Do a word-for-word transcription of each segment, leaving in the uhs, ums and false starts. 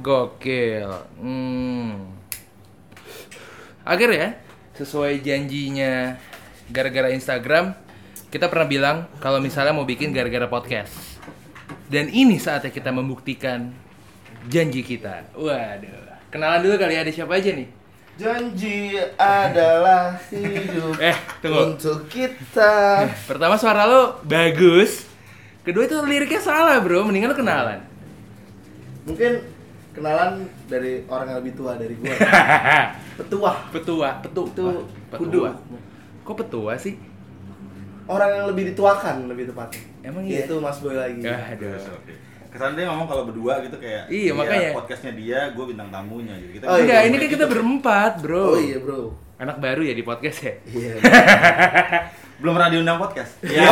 Gokil. Hmm. Akhirnya sesuai janjinya gara-gara Instagram, kita pernah bilang kalau misalnya mau bikin gara-gara podcast. Dan ini saatnya kita membuktikan janji kita. Waduh. Kenalan dulu kali, ada siapa aja nih? Janji adalah hidup Eh, tunggu. untuk kita. Pertama suara lo bagus. Kedua itu liriknya salah, bro. Mendingan lo kenalan. Mungkin kenalan dari orang yang lebih tua dari gua. Petua. Petua, petu, Itu petua. Kok petua sih? Orang yang lebih dituakan lebih tepatnya. Emang iya? Itu Mas Boy lagi. Aduh. Kesan dia ngomong kalau berdua gitu kayak Iya, makanya. podcastnya dia, gue bintang tamunya gitu. Kita Oh, Enggak, iya, ini kan kita berempat, bro. Oh iya, Bro. Anak baru ya di podcast ya? Iya. belum pernah diundang podcast. Iya.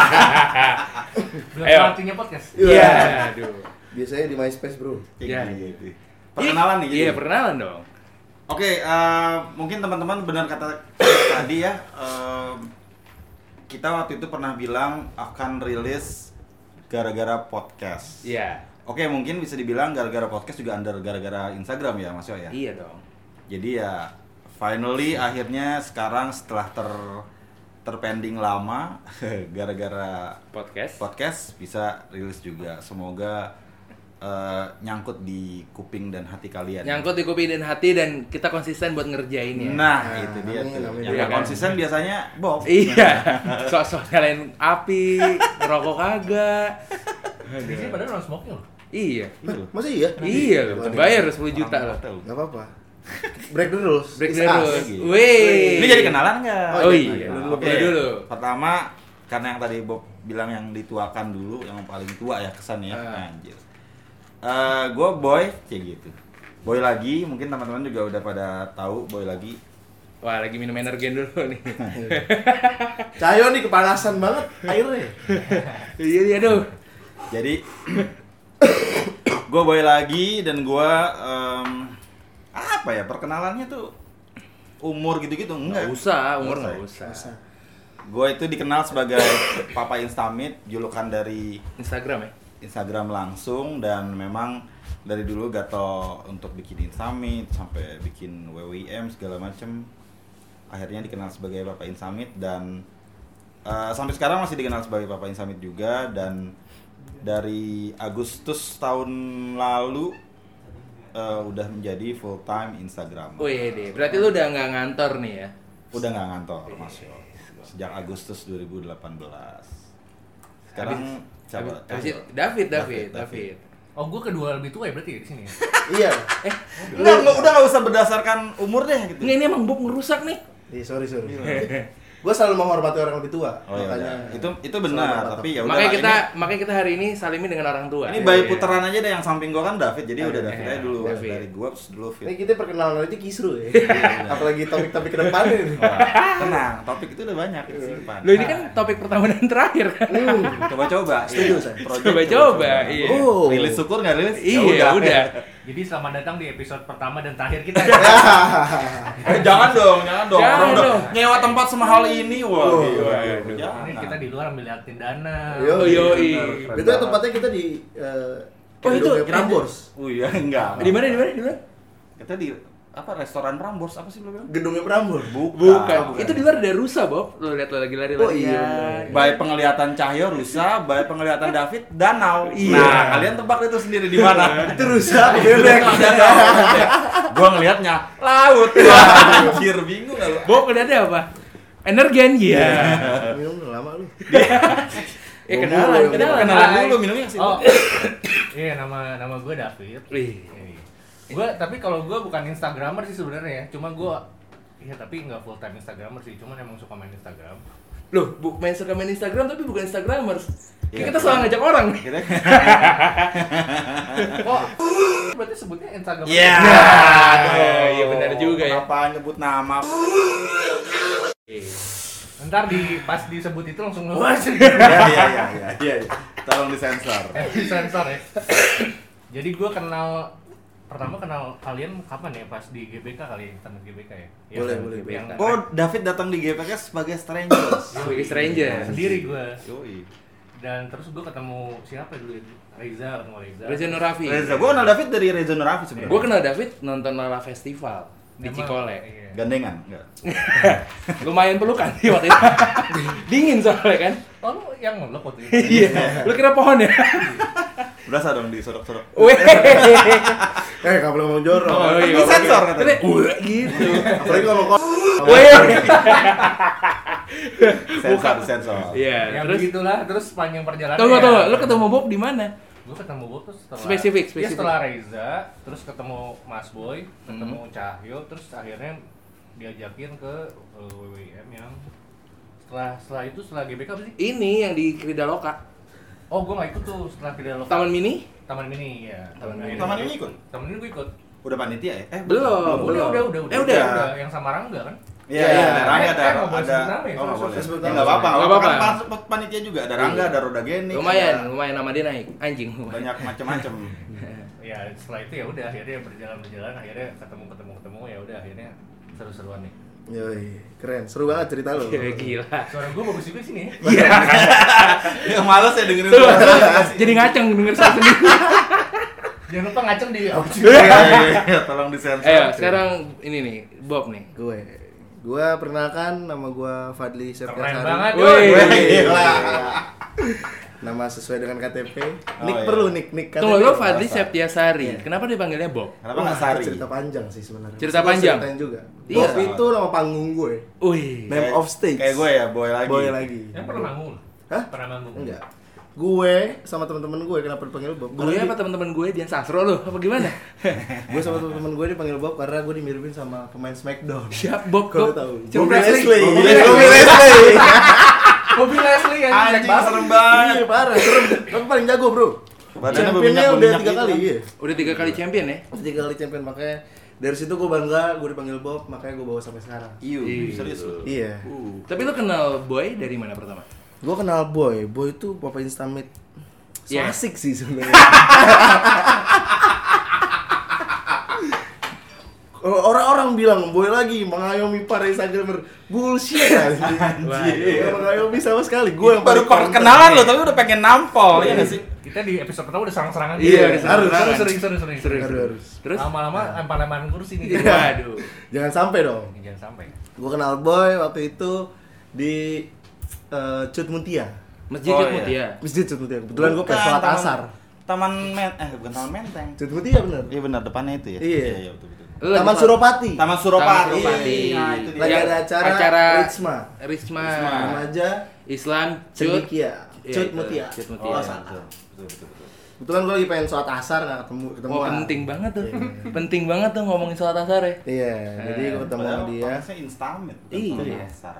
Belum Ayo. artinya podcast. Iya, aduh. Biasanya di MySpace, Bro. Iya. Kayak gitu. Perkenalan nih. Iya, jadi. perkenalan dong. Oke, eh, mungkin teman-teman benar kata tadi ya. eh, kita waktu itu pernah bilang akan rilis gara-gara podcast. Iya. Oke, mungkin bisa dibilang gara-gara podcast juga under gara-gara Instagram ya, Mas Yo ya. Iya dong. Jadi ya finally akhirnya sekarang setelah ter terpending lama gara-gara Podcast. podcast bisa rilis juga. Semoga eh, nyangkut di kuping dan hati kalian. Nyangkut di kuping dan hati dan kita konsisten buat ngerjainnya. Nah, Nah, itu dia amin, tuh. amin. Yang Iya nggak kan? konsisten biasanya Bob. Iya. Sok-sok nyalain api, ngerokok kagak. Di sini padahal non smoking loh. Iya. Hah, masa iya? Iya loh, bayar sepuluh juta loh. Enggak apa-apa. Break the rules. Break It's the us. rules. gitu. Wih. Ini jadi kenalan nggak? Oh iya. Nah, Oke. Oke. Dulu. Pertama karena yang tadi Bob bilang yang dituakan dulu, yang paling tua ya kesannya. Ah. Anjir. Eh, gue Boy kayak gitu. Boy lagi, mungkin teman-teman juga udah pada tahu Boy lagi. Wah, lagi minum energen dulu nih. Cahyo nih kepanasan banget airnya. Iya, iya, aduh. Jadi gue Boy lagi dan gue em, apa ya perkenalannya tuh umur gitu-gitu Nggak enggak. usah, umur Nggak nggak usah. usah. Gue itu dikenal sebagai Papa Instamit, julukan dari Instagram ya? Instagram langsung, dan memang dari dulu gatel untuk bikin Instamit sampai bikin W W I M segala macem. Akhirnya dikenal sebagai Papa Instamit dan uh, sampai sekarang masih dikenal sebagai Papa Instamit juga. Dan dari Agustus tahun lalu uh, udah menjadi full time Instagram. Wih deh, berarti lu udah nggak ngantor nih ya? Udah nggak ngantor, Mas Yo. Sejak Agustus dua ribu delapan belas. Sekarang siapa? Habis- habis itu David, David, David. Oh, gue kedua lebih tua ya berarti ya di sini ya. Iya. Eh, Enggak, enggak, udah nggak usah berdasarkan umur deh gitu. nggak, ini emang Bob ngerusak nih. Iya, sorry, sorry. Gue selalu menghormati orang lebih tua. Oh iya, makanya udah. itu itu benar, selalu tapi ya udah. Makanya lah, kita, makanya kita hari ini salimin dengan orang tua. ini, ini Iya. bayi putaran aja deh, yang samping gua kan David, jadi udah Iya, David aja dulu. David. Dari gua terus dulu Fit. ini kita perkenalan aja kisru ya. Apalagi topik-topik ke depan ini. Wah, tenang, topik itu udah banyak di depan. Lo ini kan topik pertama dan terakhir kan? Hmm. Coba-coba. Setuju, saya. Project Coba-coba, iya. Oh. Rilis syukur nggak rilis? Iya, udah. Jadi selamat datang di episode pertama dan terakhir kita. Eh, jangan dong, jangan dong. Jangan Orang udah dong. nyewa tempat semahal ini, wah. Oh, gila. aduh. Jangan. Ini kita di luar ambil liatin dana. Yo, Oh, yoi. Itu tempatnya kita di eh, Oh, itu Gedung Prambors. Oh iya, enggak. Di mana, di mana, di mana? Kita di apa restoran Prambors apa sih lo bilang? Gedungnya Prambors. Bukan. Itu di luar ada rusa, Bob. Lo lihat lo lagi lari-larian. Oh, iya. Baik penglihatan Cahyo rusa, baik penglihatan David danau. Iya. Nah, kalian tebak itu sendiri di mana? Itu rusak, bebek. Danau. Gua ngelihatnya laut. Wah, anjir bingung enggak lu? Bob ngeliatnya apa? Energen, iya. Minum udah lama lu. Eh, kenalan, kenalan. Kenalan Hai. dulu minumnya sih. Oh. Iya, nama nama gue David. Wih. Gue tapi kalau gue bukan Instagramer sih sebenarnya ya. Cuma gue iya tapi nggak full time Instagramer sih. Cuman emang suka main Instagram. Loh, bu, main suka main Instagram tapi bukan Instagramers. Iya, Kita selalu ngajak orang nih. Kita Oh, berarti sebutnya Instagram. Iya. Aduh, iya benar juga ya. Kenapa nyebut nama? Ntar di pas disebut itu langsung ngeluar sih. Iya iya iya iya iya. Tolong disensor. Eh, sensor ya. Jadi gue kenal pertama kenal kalian kapan ya? Pas di G B K kali ya, internet G B K ya? Ya, Boleh, kan? boleh, Yang Oh, David datang di G P K sebagai strangers. Sebagai stranger. sendiri gue. Yoi. Dan terus gue ketemu siapa dulu ya? Reza, ketemu Reza. Reza Nurafi. Reza, gue kenal David dari Reza Nurafi sebenarnya. Gue kenal David nonton Lala Festival di Emang, Cikole. Iya. Gandengan, enggak. Lumayan pelukan sih waktu itu. Dingin soalnya kan. Oh, lu yang ngelok waktu itu? Iya. Lu kira pohon ya? Berasa dong di sorok-sorok. Weh. Eh, nggak boleh ngomong jorok. Oh iya. Ini sensor katanya. Wah, gitu. Apalagi kalau kok. Weh. Sensor, sensor. Iya, Yang terus begitulah, terus sepanjang perjalanan. tunggu ya, tunggu, lu ketemu Bob di mana? Gue ketemu Bob terus setelah Spesifik, ya, spesifik. setelah Reza, terus ketemu Mas Boy, ketemu Hmm. Cahyo, terus akhirnya diajakin ke uh, W W I M yang setelah setelah itu setelah G B K apa sih? Ini yang di Kridaloka. Oh, gue nggak ikut tuh setelah tidak lokal. Taman Mini? Taman Mini ya. Taman Mini. Taman Mini ikut? Taman Mini gue ikut. Udah panitia ya? Eh, Belum. Udah, udah, udah, Eh, udah. yang sama Rangga kan? Iya, Iya. iya, ada Rangga, Eh, ada eh, nggak boleh ada. sebut nama ya, Oh, nggak sorry, boleh. sorry, sebut Ya nama. nggak apa-apa, Nggak nggak apa-apa. apa-apa. Kan masuk panitia juga, ada Rangga, ada Roda Geni. Lumayan, ada lumayan nama dia naik. Anjing. banyak macam-macam. Ya setelah itu ya udah akhirnya berjalan berjalan akhirnya ketemu ketemu ketemu ya udah akhirnya seru-seruan nih. Yoi, keren. Seru banget cerita lo. Gila. Suara gue bagus juga sini ya. Iya. Yang males ya dengerin Tuh, suara. jadi ngaceng denger saya sendiri. Jangan lupa ngaceng di audio. Iya, iya, iya, tolong disensor. Ayo, sekarang ini nih, Bob nih. Gue. Gue perkenalkan nama gue Fadli Keren Septiasari. banget. Woi. Woi. Nama sesuai dengan K T P. Oh, Nick iya. perlu nick nick K T P. Tunggu, lo Fadli Masa. Septiasari. Kenapa dipanggilnya Bob? Kenapa Wah, nggak Sari? Cerita panjang sih sebenarnya. Cerita Terus gua panjang? Ceritain juga. Iya. Bob itu nama panggung gue. Wih. Name Kayak- of stage. Kayak gue ya, boy lagi. Boy lagi. Yang pernah manggung. Hah? Pernah manggung. Enggak. Gue sama teman-teman gue kenapa dipanggil Bob? Gue apa teman-teman gue Dian Sastro lo? Apa gimana? Gue sama teman-teman gue dipanggil Bob karena gue dimiripin sama pemain Smackdown. Siap Bob Kalau kok. tahu. Cuma Bobby wrestling. Leslie. Bobby Bobby Leslie. Leslie. Bobby Leslie yang Anjing, jelek banget. serem banget. Iya parah, serem. Tapi paling jago bro. Badannya Championnya berminyak- udah berminyak tiga gitu kali, kan. iya. Udah tiga kali champion ya? Udah tiga kali champion makanya dari situ gue bangga, gue dipanggil Bob, makanya gue bawa sampai sekarang. Iu, Iya. serius lu. Iya. Uh. Tapi lo kenal Boy dari mana pertama? Gue kenal Boy, Boy itu Papa Instamit. So Iya. asik sih sebenarnya. Kalau orang-orang bilang Boy lagi mengayomi para Instagramer, bullshit anjing. Gak mengayomi sama sekali. Gue yang Baru paling perkenalan lo, tapi udah pengen nampol, ya nggak sih? Kita di episode pertama udah serang-serangan. Iya, gitu. harus, Seru, harus. sering sering sering sering. Harus, harus. Terus? Lama-lama lempar-lemparan kursi nih. Waduh. Jangan sampai dong. Jangan sampai. Gue kenal Boy waktu itu di eh, Cut Mutia. Masjid Oh, Cut iya. Mutia. Masjid Cut Mutia. Kebetulan gue Bukan, pengen sholat taman- asar. Taman men eh bukan Taman Menteng. Cut Mutia bener. Iya benar, depannya itu ya. Iya. iya betul betul. Lo lagi Taman pas- Suropati. Taman Suropati. Taman Suropati. Nah, itu dia. Lagi Yang ada acara, acara Ritsma. Risma. Risma. Remaja Islam Cut. Cendikia. Iya, Cut itu. Mutia. Cut Oh, Mutia. Oh, iya, salah. betul, betul, betul, betul. Kebetulan gue lagi pengen sholat asar nggak ketemu ketemu. Wah, penting banget tuh. Penting banget tuh ngomongin sholat asar ya. Iya, jadi gue ketemu sama Padahal dia. podcastnya Instamit. bukan Iya. Taman Asar.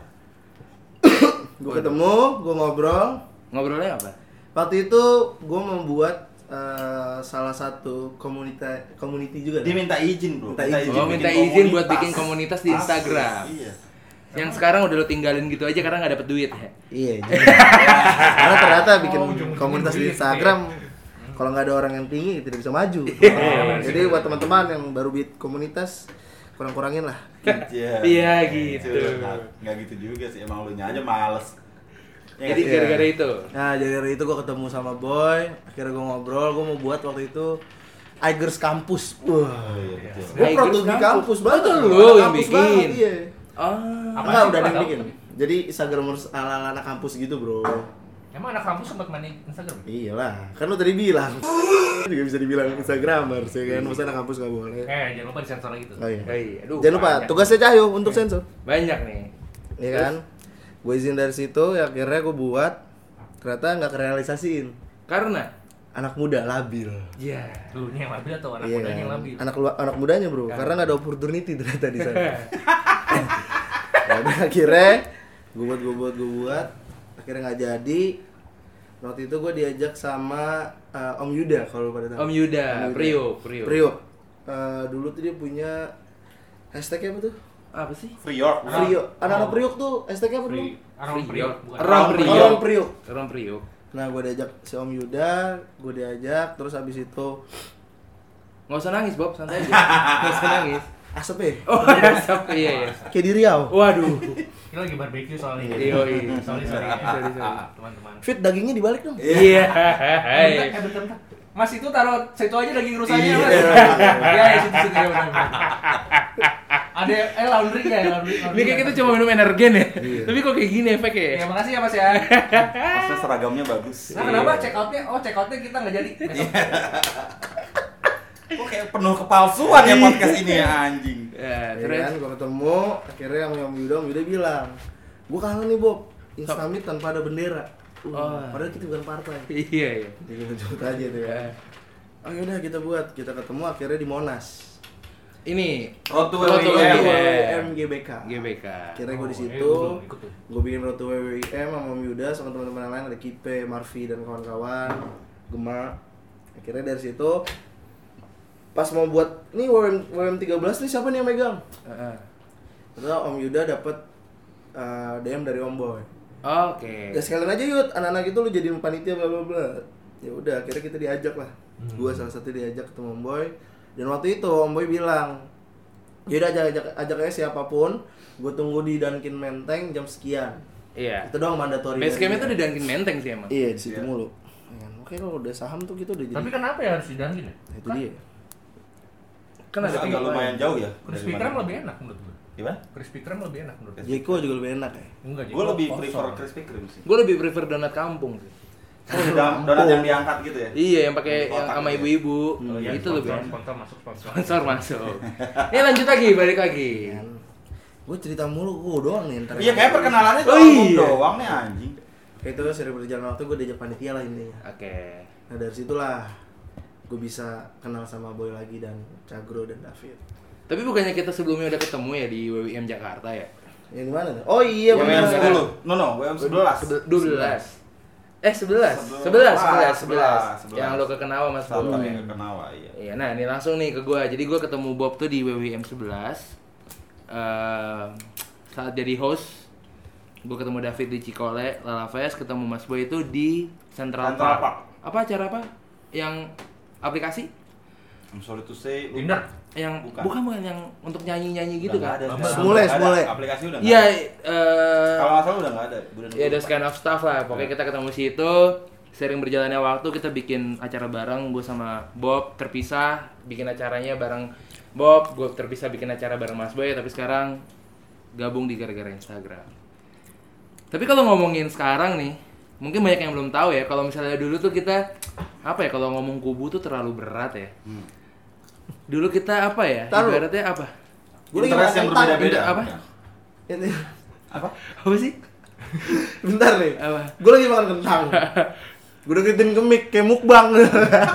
Gue ketemu, gue ngobrol. Ngobrolnya apa? Waktu itu gue membuat eh, salah satu komunitas community juga. Dia dah. minta izin, Bro. Minta izin. Oh, minta bikin izin buat komunitas. bikin komunitas di Asli, Instagram. Iya. Yang sekarang udah lo tinggalin gitu aja karena nggak dapet duit ya. Iya. jadi- Karena ternyata bikin Oh, ujung-ujungnya komunitas di duit, Instagram. Kalau nggak ada orang yang tinggi tidak bisa maju. Iya. Jadi buat teman-teman yang baru bikin komunitas kurang-kurangin lah. Iya. Iya, gitu. Nggak- Nggak gitu juga sih, emang lu nya aja males. Ya, Jadi nggak sih? gara-gara itu. Nah jadi dari itu gue ketemu sama Boy. Akhirnya gue ngobrol, gue mau buat waktu itu Igers Kampus. Wah. Oh, iya, betul. Gue Igers proto di Kampus. kampus banget. Betul, Anak lu yang kampus bikin. banget, Iya. Oh. Apa Enggak, sih, udah ada yang Pak? bikin. Jadi Instagramers ala-ala anak kampus gitu, Bro. Emang anak kampus sempat main Instagram? Iyalah, kan lu tadi bilang. juga bisa dibilang Instagramers ya kan. Masa anak kampus gak boleh. Eh, jangan lupa disensor lagi tuh. Oh iya. Oh iya, aduh. Jangan lupa, banyak. tugasnya Cahyo untuk sensor. Banyak nih. Iya kan? Gue izin dari situ, ya akhirnya gue buat. Ternyata nggak kerealisasiin. Karena Anak muda labil. ya. Lu yang labil atau anak Iya mudanya kan? yang labil? Anak lu- anak mudanya bro, karena nggak ada opportunity ternyata di sana. Ya udah, akhirnya gue buat gue buat gue buat, akhirnya nggak jadi. Waktu itu gue diajak sama uh, Om Yuda kalau pada tahu. Om Yuda, Priok, Priok. Priok. Uh, dulu tuh dia punya hashtagnya apa tuh? Apa sih? Free York. Priok. Anak-anak Oh. Priok tuh hashtagnya apa dulu? Free. Anak Free Priok. York. bukan. Ron Om Priok. Om Priok. Ron Priok. Nah gue diajak si Om Yuda, gue diajak, terus habis itu Nggak usah nangis, Bob, santai aja. Nggak usah nangis. asapnya. Oh, asap iya ya. Kayak di Riau. Waduh. Ini lagi barbecue soalnya. Iya, iya. Sorry, sorry. Sorry, sorry. Teman-teman. Fit dagingnya dibalik dong. Iya. Eh, bentar, bentar. Mas itu taruh situ aja lagi urusannya, Mas. Iya, ya, situ situ ya benar. Ada eh laundry ya, laundry. Ini kayak kita cuma minum energen ya. Tapi kok kayak gini efeknya ya? Ya makasih ya Mas ya. Maksudnya seragamnya bagus. Nah, kenapa check out-nya? Oh, check out-nya kita nggak jadi. Kok kayak penuh kepalsuan ya podcast ini ya anjing. Ya, Ya terus kan, gua ketemu, akhirnya yang Om Yuda, Om Yuda bilang, gua kangen nih Bob, Instamit tanpa ada bendera. Uh, Oh. Padahal kita bukan partai. iya iya. Jadi lucu aja tuh ya. Oh yaudah kita buat, kita ketemu akhirnya di Monas. Ini Road to Road to W W M. W W W M G B K. G B K. Akhirnya gue di Oh, situ, eh, gua belum ikut tuh. gue bikin Road to W W M sama Om Yuda sama teman-teman yang lain, ada Kipe, Marvi dan kawan-kawan, Gema. Akhirnya dari situ pas mau buat nih W M W M tiga belas nih siapa nih yang megang? Heeh. Terus Om Yuda dapet uh, D M dari Om Boy. Oke. Ya sekalian aja Yud, anak-anak itu lu jadiin panitia bla bla bla. Ya udah, akhirnya kita diajak lah. Hmm. Gua salah satu diajak ketemu Om Boy. Dan waktu itu Om Boy bilang, "Ya udah ajak ajak ajak aja siapapun, gua tunggu di Dunkin Menteng jam sekian." Iya. Itu doang mandatori. Base dari camp dia. itu di Dunkin Menteng sih emang. Iya, di situ Iya. mulu. Ya kan, oke kalau udah saham tuh kita udah jadi. Tapi kenapa ya harus didangin ya? Nah, itu dia. Kan ada Agak tiga lumayan jauh ya. Crispy dari Kreme mana. lebih enak menurut gue. Gimana? Crispy Kreme lebih enak menurut gue. Jeko juga lebih enak ya. Enggak, Gue lebih kosong. prefer Krispy Kreme sih. Gue lebih prefer donat kampung sih. Don- Donat yang diangkat gitu ya? Iya, yang pakai Di yang kotak sama ya? ibu-ibu. Oh, iya, itu sponsor, lebih enak. sponsor masuk sponsor. Sponsor masuk. Ini lanjut lagi, balik lagi. Gue cerita mulu, gue doang nih ntar. Iya kayak perkenalannya Oh, doang iya. doang nih anjing. Kayak itu sering berjalan waktu gue diajak panitia lah intinya. Oke. Nah dari situlah gue bisa kenal sama Boy lagi dan Cagro dan David. Tapi bukannya kita sebelumnya udah ketemu ya di W W M Jakarta ya? Yang di mana tuh? Oh iya W M benar. sepuluh. No no, W M sebelas. dua belas. Eh sebelas. Sebelas. sebelas, sebelas, sebelas, sebelas. sebelas. Yang lo ke Kenawa Mas Bob. Satu yang ke Kenawa iya. Iya, nah ini langsung nih ke gua. Jadi gua ketemu Bob tuh di W W M sebelas. Eh, saat jadi host, gua ketemu David di Cikole, Lala Fest, ketemu Mas Boy itu di Central, Central Park. Park. Apa acara apa? Yang aplikasi? I'm sorry to say. Tinder. Yang Bukan. bukan bukan yang untuk nyanyi-nyanyi gitu Udah kan? nggak ada. Bumble. Semule, Udah nggak ada. semule. Aplikasi udah nggak Iya, ada. eh Kalau nggak salah udah nggak ada. Udah ya those kind of stuff lah. Pokoknya kita ketemu situ, sering berjalannya waktu kita bikin acara bareng, gue sama Bob terpisah bikin acaranya bareng Bob, gue terpisah bikin acara bareng Mas Boy, tapi sekarang gabung di gara-gara Instagram. Tapi kalau ngomongin sekarang nih, mungkin banyak yang belum tahu ya, kalau misalnya dulu tuh kita apa ya, kalau ngomong kubu tuh terlalu berat ya. Hmm. Dulu kita apa ya? Taruh. Ibaratnya apa? Gue lagi Interest makan yang kentang. berbeda-beda. Inter- apa? Ini Apa? Apa sih? bentar nih. Apa? Gue lagi makan kentang. Gue udah ngikutin kemik kayak mukbang. Eh,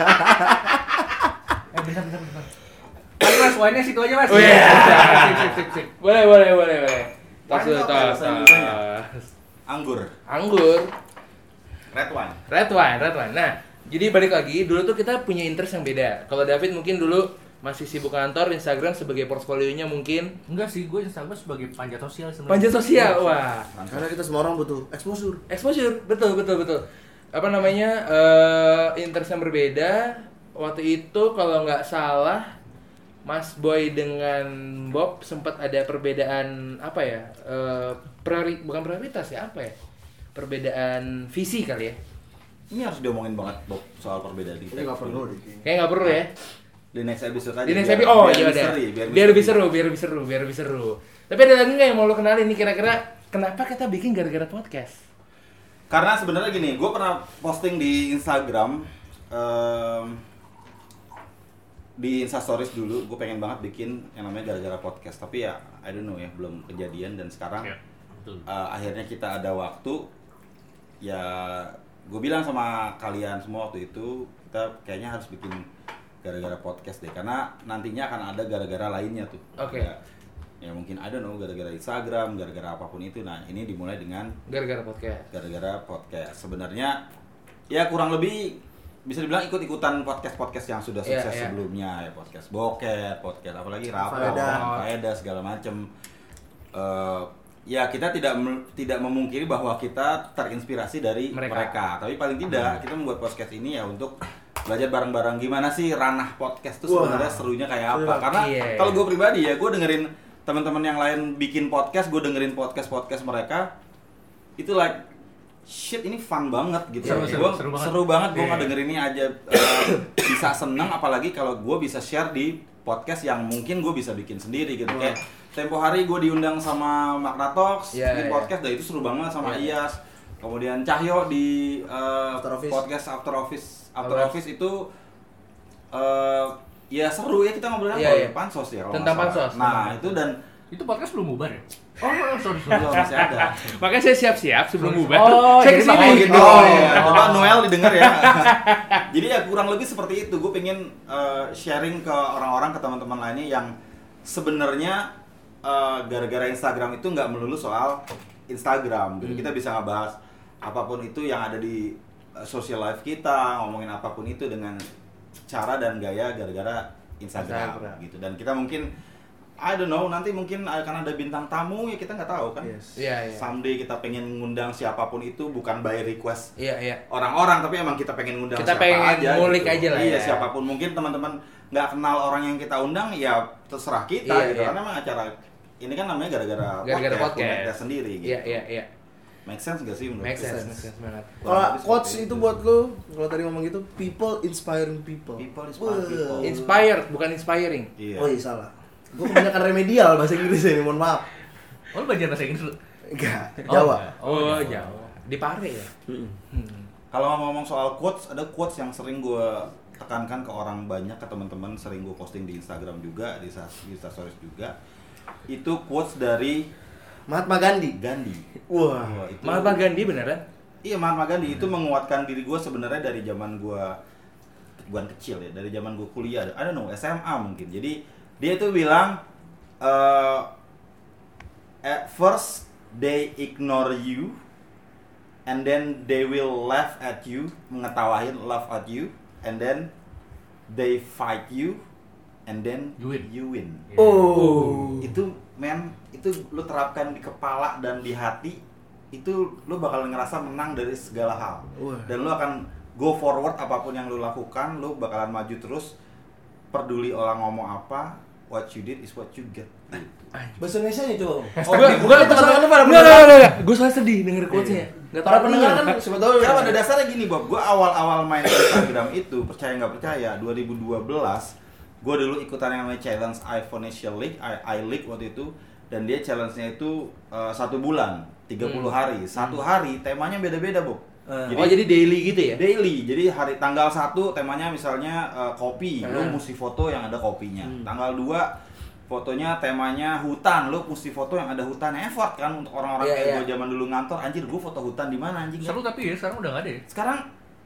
bentar, bentar, bentar. Mas, mas, wine-nya situ aja, Mas. Oh iya. Sip, sip, sip, sip. Boleh, boleh, boleh, boleh. Tas Wine dulu, apa tas, bahasa Indonesianya? tas. Anggur. Anggur. Red wine. Red wine, red wine. Nah, jadi balik lagi, dulu tuh kita punya interest yang beda. Kalau David mungkin dulu masih sibuk kantor, Instagram sebagai portfolionya mungkin Enggak sih, gue Instagram sebagai panjat sosial sebenarnya. panjat sosial. Wah, Karena kita semua orang butuh exposure. exposure, betul, betul, betul. Apa namanya, eh interest yang berbeda. Waktu itu kalau nggak salah, Mas Boy dengan Bob sempat ada perbedaan apa ya? Eh priori, bukan prioritas ya, apa ya? Perbedaan visi kali ya. Ini harus diomongin banget Bob soal perbedaan di Ini nggak perlu deh. Kayak nggak perlu ya. Di next episode aja. Di next biar- episode, oh biar iya udah. misteri, Biar lebih seru, biar lebih seru, biar lebih seru. Tapi ada lagi nggak yang mau lo kenalin nih kira-kira kenapa kita bikin gara-gara podcast? Karena sebenarnya gini, gue pernah posting di Instagram, em, di Instastories dulu, gue pengen banget bikin yang namanya gara-gara podcast. Tapi ya, I don't know ya, belum kejadian dan sekarang Iya, betul. eh, akhirnya kita ada waktu. Ya, gue bilang sama kalian semua waktu itu, kita kayaknya harus bikin gara-gara podcast deh, karena nantinya akan ada gara-gara lainnya tuh. Oke. Ya, ya mungkin I don't know, gara-gara Instagram, gara-gara apapun itu. Nah, ini dimulai dengan Gara-gara podcast. gara-gara podcast. Sebenarnya ya kurang lebih bisa dibilang ikut-ikutan podcast-podcast yang sudah Iya, sukses iya. sebelumnya, ya podcast Boker, podcast apalagi Rapor, Faedah. Faedah segala macem. Eh, ya kita tidak mem- tidak memungkiri bahwa kita terinspirasi dari Mereka. mereka. Tapi paling tidak kita membuat podcast ini ya untuk belajar bareng-bareng gimana sih ranah podcast tuh Wah. sebenarnya serunya kayak apa. Seru. Karena Iya. kalau gue pribadi ya, gue dengerin teman-teman yang lain bikin podcast, gue dengerin podcast-podcast mereka itu like shit, ini fun banget gitu. Seru, seru, Gua seru banget. seru banget gue Iya. ngedengerinnya aja uh, bisa seneng, apalagi kalau gue bisa share di podcast yang mungkin gue bisa bikin sendiri gitu. Kayak tempo hari gue diundang sama Makna Talks Iya, bikin iya. podcast, dan itu seru banget sama Iya. Iyas. Kemudian Cahyo di uh, After Office. podcast After Office After After Office itu uh, ya seru ya, kita ngobrolnya Iya, apa? iya. Pansos ya kalau Tentang nggak salah. pansos, Nah tentang itu dan Itu podcast belum bubar ya? Oh, oh, sorry, sorry. belum masih ada. Makanya saya siap-siap sebelum bubar. Oh, saya jadi kesini. makanya gitu. Oh iya. iya, coba Noel didengar ya. Jadi ya kurang lebih seperti itu. Gue pengen uh, sharing ke orang-orang, ke teman-teman lainnya yang sebenarnya uh, gara-gara Instagram itu nggak melulu soal Instagram. Gitu. Kita bisa ngebahas apapun itu yang ada di uh, social life kita, ngomongin apapun itu dengan cara dan gaya gara-gara Instagram, Instagram. gitu. Dan kita mungkin I don't know, nanti mungkin akan ada bintang tamu ya, kita nggak tahu kan. Yes. Iya, iya. Someday kita pengen ngundang siapapun itu, bukan by request Iya, iya. orang-orang, tapi emang kita pengen ngundang Kita siapa pengen aja ngulik gitu. aja lah Iya, ya. siapapun. Mungkin teman-teman nggak kenal orang yang kita undang, ya terserah kita Iya, gitu. iya. Karena emang acara ini kan namanya gara-gara Gara-gara punya podcast. kita sendiri gitu. Iya, iya, iya. Make sense gak sih menurut Make lu? sense, sense. make sense banget. Kalau Kurang lebih quotes seperti itu buat lu, kalau tadi ngomong gitu, people inspiring people. People inspire people. Inspired, bukan inspiring. Iya. Oh iya salah. Gue kebanyakan remedial bahasa Inggris ini, mohon maaf. Oh, lu belajar bahasa Inggris lu? Enggak, Oh, Jawa. enggak. Oh, jauh. Di Pare ya? Mm-mm. Hmm. Kalau ngomong soal quotes, ada quotes yang sering gue tekankan ke orang banyak, ke teman-teman, sering gue posting di Instagram juga, di Insta Stories juga. Itu quotes dari Mahatma Gandhi. Gandhi. Wah. Wah, itu Mahatma Gandhi beneran? Iya, Mahatma Gandhi itu menguatkan diri gue sebenarnya dari zaman gue bukan kecil ya, dari zaman gue kuliah, I don't know, S M A mungkin. Jadi dia itu bilang, uh, at first they ignore you, and then they will laugh at you, mengetawain, laugh at you, and then they fight you, and then You win. You win. Oh. Itu men, itu lu terapkan di kepala dan di hati, itu lu bakal ngerasa menang dari segala hal. Wah. Dan lu akan go forward apapun yang lu lakukan, lu bakalan maju terus. Peduli orang ngomong apa, what you did is what you get. Gitu. Bahasa Indonesia nya coba. Oh, Bukan, gitu. bukan, teman-teman lu pada Enggak, enggak, enggak, enggak. Gue soalnya sedih denger quotes-nya. Enggak Para tahu pendengar kan siapa tahu. Karena pada dasarnya gini Bob, gue awal-awal main Instagram itu, percaya nggak percaya, dua ribu dua belas gue dulu ikutan yang namanya challenge iPhone League, I, I League waktu itu, dan dia challenge-nya itu uh, satu bulan, tiga puluh hari, satu hari temanya beda-beda Bob. Eh, Oh, jadi daily gitu ya? Daily, jadi hari tanggal satu temanya misalnya uh, kopi, lu Hmm. mesti foto yang ada kopinya. Hmm. Tanggal dua fotonya temanya hutan, lu mesti foto yang ada hutan. Effort kan untuk orang-orang Iya, kayak iya. gue zaman dulu ngantor, anjir gue foto hutan di mana anjing. Seru tapi ya, sekarang udah nggak ada ya? Sekarang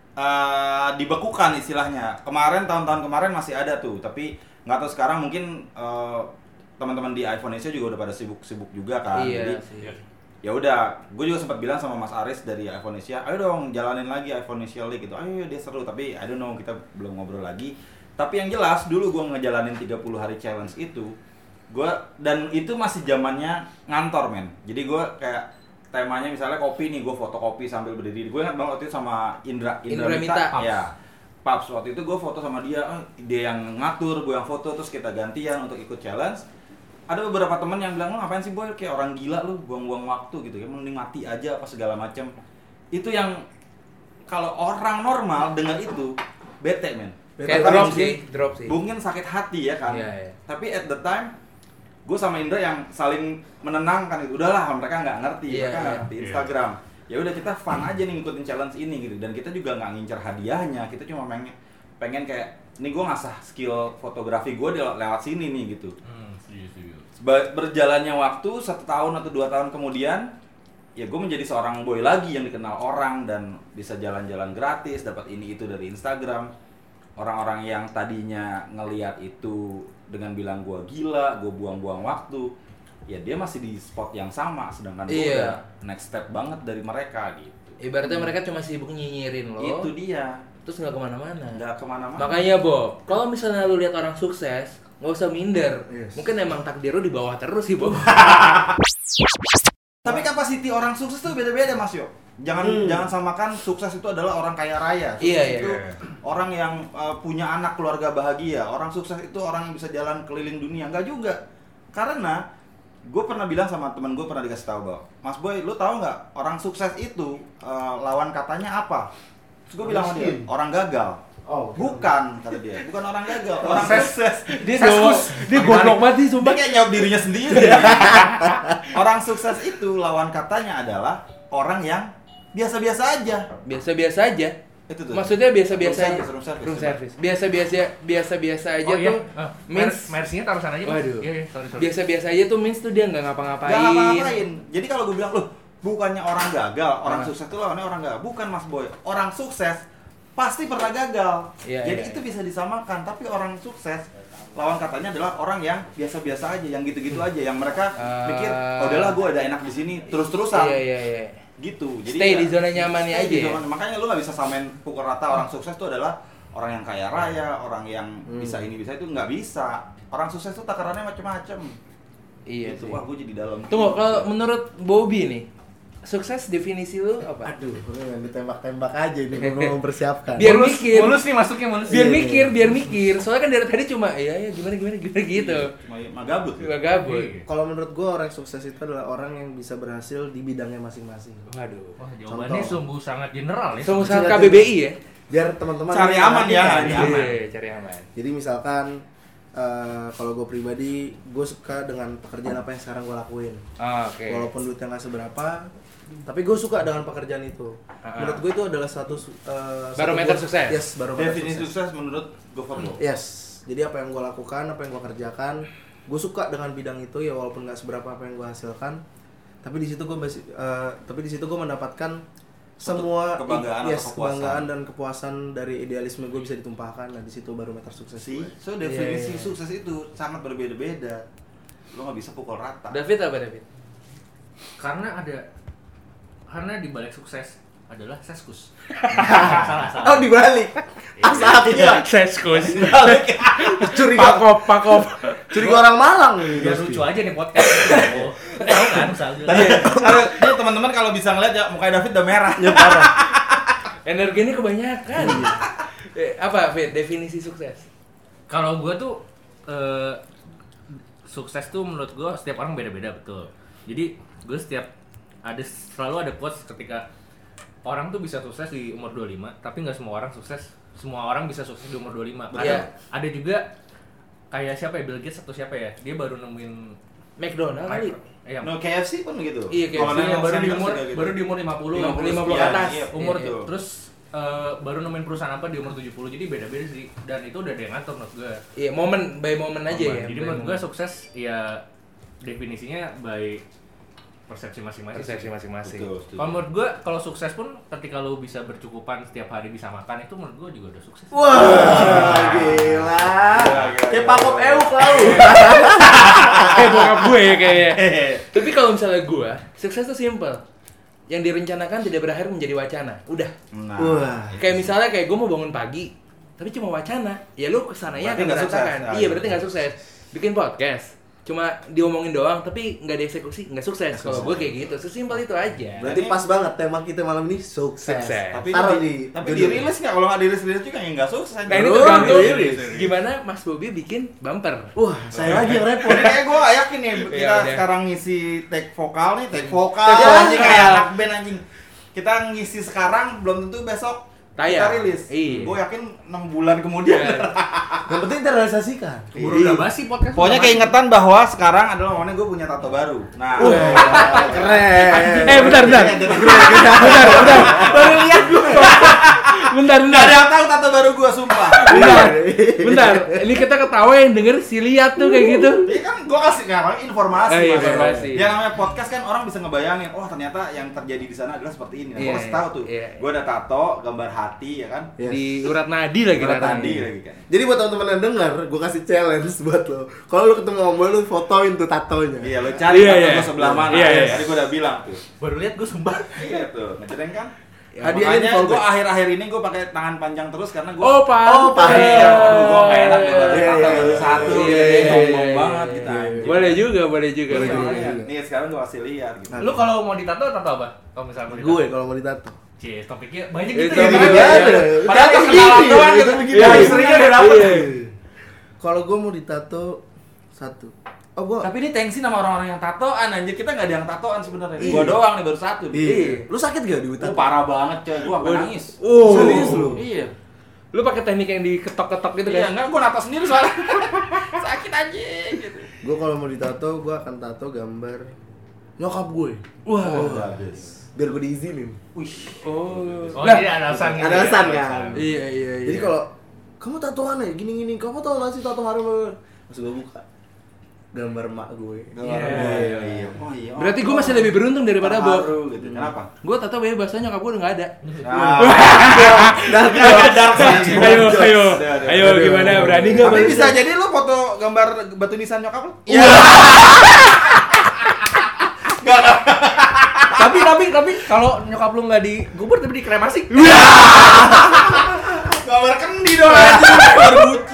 uh, dibekukan istilahnya. Kemarin tahun-tahun kemarin masih ada tuh, tapi nggak tahu sekarang mungkin uh, teman-teman di iPhone Asia juga udah pada sibuk-sibuk juga kan. Iya Jadi sih. ya udah, gue juga sempat bilang sama Mas Aris dari iPhone Asia, ayo dong jalanin lagi iPhone Asia League gitu. Ayo dia seru, tapi I don't know, kita belum ngobrol lagi. Tapi yang jelas dulu gue ngejalanin tiga puluh hari challenge itu, gue dan itu masih zamannya ngantor men. Jadi gue kayak temanya misalnya kopi nih, gue foto kopi sambil berdiri. Gue ingat banget waktu itu sama Indra Indra Mita. Mita, ya. Paps waktu itu gue foto sama dia, oh, dia yang ngatur, gue yang foto, terus kita gantian untuk ikut challenge. Ada beberapa temen yang bilang, lu ngapain sih boy, kayak orang gila lu, buang-buang waktu gitu, kayak mending mati aja apa segala macam. Itu yang kalau orang normal dengar itu bete men. Kayak Tapi drop mungkin- sih, drop sih. Mungkin sakit hati ya kan. Iya, iya. Tapi at the time gue sama Indra yang saling menenangkan itu, udahlah mereka nggak ngerti, Iya, mereka nggak iya. ngerti Instagram. Ya udah kita fun aja nih ngikutin challenge ini gitu, dan kita juga nggak ngincer hadiahnya, kita cuma pengen pengen kayak nih gue ngasah skill fotografi gue di- lewat sini nih gitu. Hmm, setuju, setuju. Ba- Berjalannya waktu satu tahun atau dua tahun kemudian, ya gue menjadi seorang boy lagi yang dikenal orang dan bisa jalan-jalan gratis, dapat ini itu dari Instagram. Orang-orang yang tadinya ngelihat itu dengan bilang gue gila, gue buang-buang waktu, ya dia masih di spot yang sama, sedangkan gue Iya. udah next step banget dari mereka gitu. Ibaratnya mereka cuma sibuk nyinyirin lo. Itu dia, Terus nggak kemana-mana. nggak kemana-mana. Makanya Bob, kalau misalnya lu lihat orang sukses, nggak usah minder. Yes. Mungkin emang takdir lu di bawah terus sih Bob. Tapi kapasiti orang sukses tuh beda-beda Mas Yo. Jangan Hmm. jangan samakan sukses itu adalah orang kaya raya. Sukses Iya, iya. itu orang yang uh, punya anak keluarga bahagia. Orang sukses itu orang yang bisa jalan keliling dunia. Enggak juga. Karena gue pernah bilang sama temen gue, pernah dikasih tahu bahwa, Mas Boy, lu tahu nggak orang sukses itu uh, lawan katanya apa? Terus gue bilang sama dia, orang gagal. Oh, Bukan, kata dia. Bukan orang gagal, orang Sukses. sukses. Dia doang, dia goblok banget sih Dia sumpah. kayak jawab dirinya sendiri. Orang sukses itu lawan katanya adalah orang yang biasa-biasa aja. Biasa-biasa aja. Itu tuh. Maksudnya biasa-biasa Room aja. service, room service. Room service. Biasa-biasa biasa-biasa aja Oh, iya. tuh Ah, means mer- Mercy-nya taruh sana aja. Mas. Waduh. Iya, iya, sorry, sorry. biasa-biasa aja tuh means tuh dia nggak ngapa-ngapain. Gak ngapa-ngapain. Jadi kalau gue bilang, loh, bukannya orang gagal, orang Ah. sukses itu lawannya orang gagal. Bukan, Mas Boy. Orang sukses pasti pernah gagal. Iya, Jadi iya, itu iya. bisa disamakan. Tapi orang sukses lawan katanya adalah orang yang biasa-biasa aja, yang gitu-gitu aja, yang mereka Ah. mikir, oh, udahlah gue ada enak di sini terus-terusan. Iya iya iya. Gitu. Jadi Stay ya, di zona nyamannya stay aja di ya? zona- Makanya lu nggak bisa samain pukul rata orang sukses itu adalah orang yang kaya raya, orang yang Hmm. bisa ini bisa itu, nggak bisa. Orang sukses itu takarannya macam-macam. Iya Gitu. sih. Wah, gue jadi dalam. Tunggu, kalau menurut Bobby nih, sukses definisi lu apa? Aduh, lu ditembak-tembak aja ini gue mau mempersiapkan. Biar mulus, mikir. mulus nih masuknya mulus. Biar Iya, mikir, iya. biar mikir. Soalnya kan dari tadi cuma iya ya gimana gimana gimana gitu. Cuma cuma gabut. Cuma gabut. Iya. Kalau menurut gue orang yang sukses itu adalah orang yang bisa berhasil di bidangnya masing-masing. Waduh. Wah, jawabannya Contoh. sungguh sangat general ya. Sama sama K B B I ya? Biar teman-teman Cari aman ya, memperhatikan. cari Iya, aman. cari aman. Jadi misalkan eh, kalau gue pribadi, gue suka dengan pekerjaan apa yang sekarang gue lakuin. Ah, Oke. Walaupun duitnya nggak seberapa, tapi gue suka dengan pekerjaan itu. Ah. Menurut gue itu adalah satu uh, Barometer satu- sukses. Yes, barometer Definisi sukses. sukses menurut Governo. Yes. Jadi apa yang gue lakukan, apa yang gue kerjakan, gue suka dengan bidang itu ya walaupun nggak seberapa apa yang gue hasilkan. Tapi di situ gue masih, eh, tapi di situ gue mendapatkan semua kebanggaan yes, atau kepuasan. kebanggaan dan kepuasan dari idealisme gue bisa ditumpahkan. Nah di situ barometer sukses sih. gue. So definisi Iya, iya. sukses itu sangat berbeda-beda. Lo nggak bisa pukul rata. David apa David? Karena ada karena di balik sukses adalah seskus. salah, salah. Oh dibalik. Asapnya Seskus. curiga Pakop, pakop. curiga orang Malang nih. Biar pasti. lucu aja nih podcast. Oh, tahu kan misalnya. Kalau ini teman-teman kalau bisa ngeliat ya mukanya David udah merah. Ya parah. Energinya kebanyakan. Eh, apa, Fit? Definisi sukses? Kalau gue tuh eh, sukses tuh menurut gue setiap orang beda-beda betul. Jadi gue setiap ada selalu ada quotes ketika orang tuh bisa sukses di umur dua puluh lima, tapi nggak semua orang sukses. Semua orang bisa sukses di umur dua puluh lima. Iya. Ada, ada juga kayak siapa ya, Bill Gates atau siapa ya? Dia baru nemuin McDonald kali. micro- eh, yang No, K F C pun gitu. Iya, K F C Kalau yang memang baru di senior umur juga gitu. baru di umur lima puluh, lima puluh, lima puluh sekian, ke atas. iya, umur iya, betul. terus eh, baru nemuin perusahaan apa di umur tujuh puluh. Jadi beda-beda sih. Dan itu udah ada yang ngatur menurut gue. Iya, momen by momen aja ya. Jadi by menurut gue momen. sukses ya definisinya by persepsi masing-masing. persepsi masing-masing. Betul, setuju. Kalau menurut gue kalau sukses pun ketika lo bisa bercukupan setiap hari bisa makan itu menurut gue juga udah sukses. Wah, gila. Kayak pakop euk lau. Kayak bokap gue ya kayaknya. Tapi kalau misalnya gue, sukses tuh simple. Yang direncanakan tidak berakhir menjadi wacana. Udah. Nah, Wah. Kayak misalnya kayak gue mau bangun pagi, tapi cuma wacana. Ya lu kesananya Berarti akan nggak sukses. berantakan. Ah, Iya, iya, berarti nggak sukses. Bikin podcast, cuma diomongin doang, tapi nggak dieksekusi, nggak sukses. Kalau gue kayak gitu, sesimpel itu aja. Berarti pas banget tema kita malam ini sukses. Sukses. Tapi Taruh di, di tapi judul. dirilis nggak? Kalau nggak dirilis-dirilis juga ya nggak sukses. Nah ini Oh, tergantung dirilis. gimana Mas Bobby bikin bumper. Wah, saya lagi yang repot. Ini kayak gue gak yakin nih kita Iya, udah. sekarang ngisi take vokal nih, take vokal Take vokal. anjing kayak anak band anjing. Kita ngisi sekarang belum tentu besok Tayang. kita rilis. Iya. Gue yakin enam bulan kemudian. Yang penting terrealisasikan. Keburu udah basi podcast. Pokoknya udah basi. keingetan bahwa sekarang adalah momennya gue punya tato baru. Nah, Wah, keren. Eh bentar bentar. Bentar bentar. Baru lihat gue. Bentar nggak ada bentar. yang tahu tato baru gue sumpah. Bentar. Bentar. Ini kita ketawa yang denger si lihat tuh kayak gitu. Jadi kan gue kasih nggak informasi. Oh, iya, Mas. informasi. Yang namanya podcast kan orang bisa ngebayangin, oh ternyata yang terjadi di sana adalah seperti ini. Nah, Iya, gue kasih tahu tuh. iya. Gue ada tato, gambar hati ya kan. Yes. Di urat nadi lagi Urat katanya. nadi lagi kan. Jadi buat teman-teman yang dengar, gue kasih challenge buat lo. Kalau lo ketemu Om Boy, lo fotoin tuh tatonya. Iya, lo cari Iya, tato iya. gue sebelah mana. Iya, iya. Tadi gue udah bilang tuh. baru lihat gue sumpah. Iya tuh, ngejreng kan? Ya, Hadiahnya di makanya fallback. gue akhir-akhir ini gue pakai tangan panjang terus karena gue Oh, pantes. oh iya aduh gue gak enak deh baru Iya, tato iya, baru iya, satu iya, gitu iya, deh iya, ngomong iya, banget iya, kita iya, anjing. Boleh juga, boleh juga. Iya, juga, makanya. juga. Nih sekarang gue kasih lihat gitu. Lu kalau mau ditato tato apa? Kalau misalnya mau ditato. Gue kalau mau ditato. Cie, topiknya banyak Eh, gitu ya. topiknya Bang? banyak. ada. Padahal Tapi kenalan gini, doang itu gitu. begini. Ya istrinya udah dapet. Iya. Kalau gue mau ditato satu. Oh gue. Tapi ini tensi sama orang-orang yang tatoan anjir, kita gak ada yang tatoan sebenarnya. Iya. Gua doang nih baru satu. Iya. Lu sakit gak di Itu tato? parah banget coy, gua sampai nangis. Oh. Serius lu? Iya. Lu pakai teknik yang diketok-ketok gitu Iya, kan? enggak gua nato sendiri soalnya. Sakit anjing gitu. Gue kalau mau ditato, gue akan tato gambar nyokap gue. Wah. Oh, habis. Biar gue diizinin. Wih. Oh. Oh, Nah, jadi ada alasan gitu. Ada ya? alasan kan? Iya, iya, iya. Jadi kalau kamu tatoan ya gini-gini, kamu tau gak sih tato harum? Terus gue buka gambar mak gue. Iya, Iya. iya. Oh iya. Berarti gue masih lebih beruntung daripada Bob. Baru gitu. Kenapa? Gue tato bebas, soalnya nyokap gue udah gak ada. Nah, dark sih. Ayo, ayo, Udah, udah. ayo, Aduh. gimana? Berani gak? Tapi barusan? bisa jadi lu foto gambar batu nisan nyokap lu? Iya. Tapi tapi tapi kalau nyokap lu nggak digubur tapi dikremasi. Gambar kendi dong anjing, gambar bucin.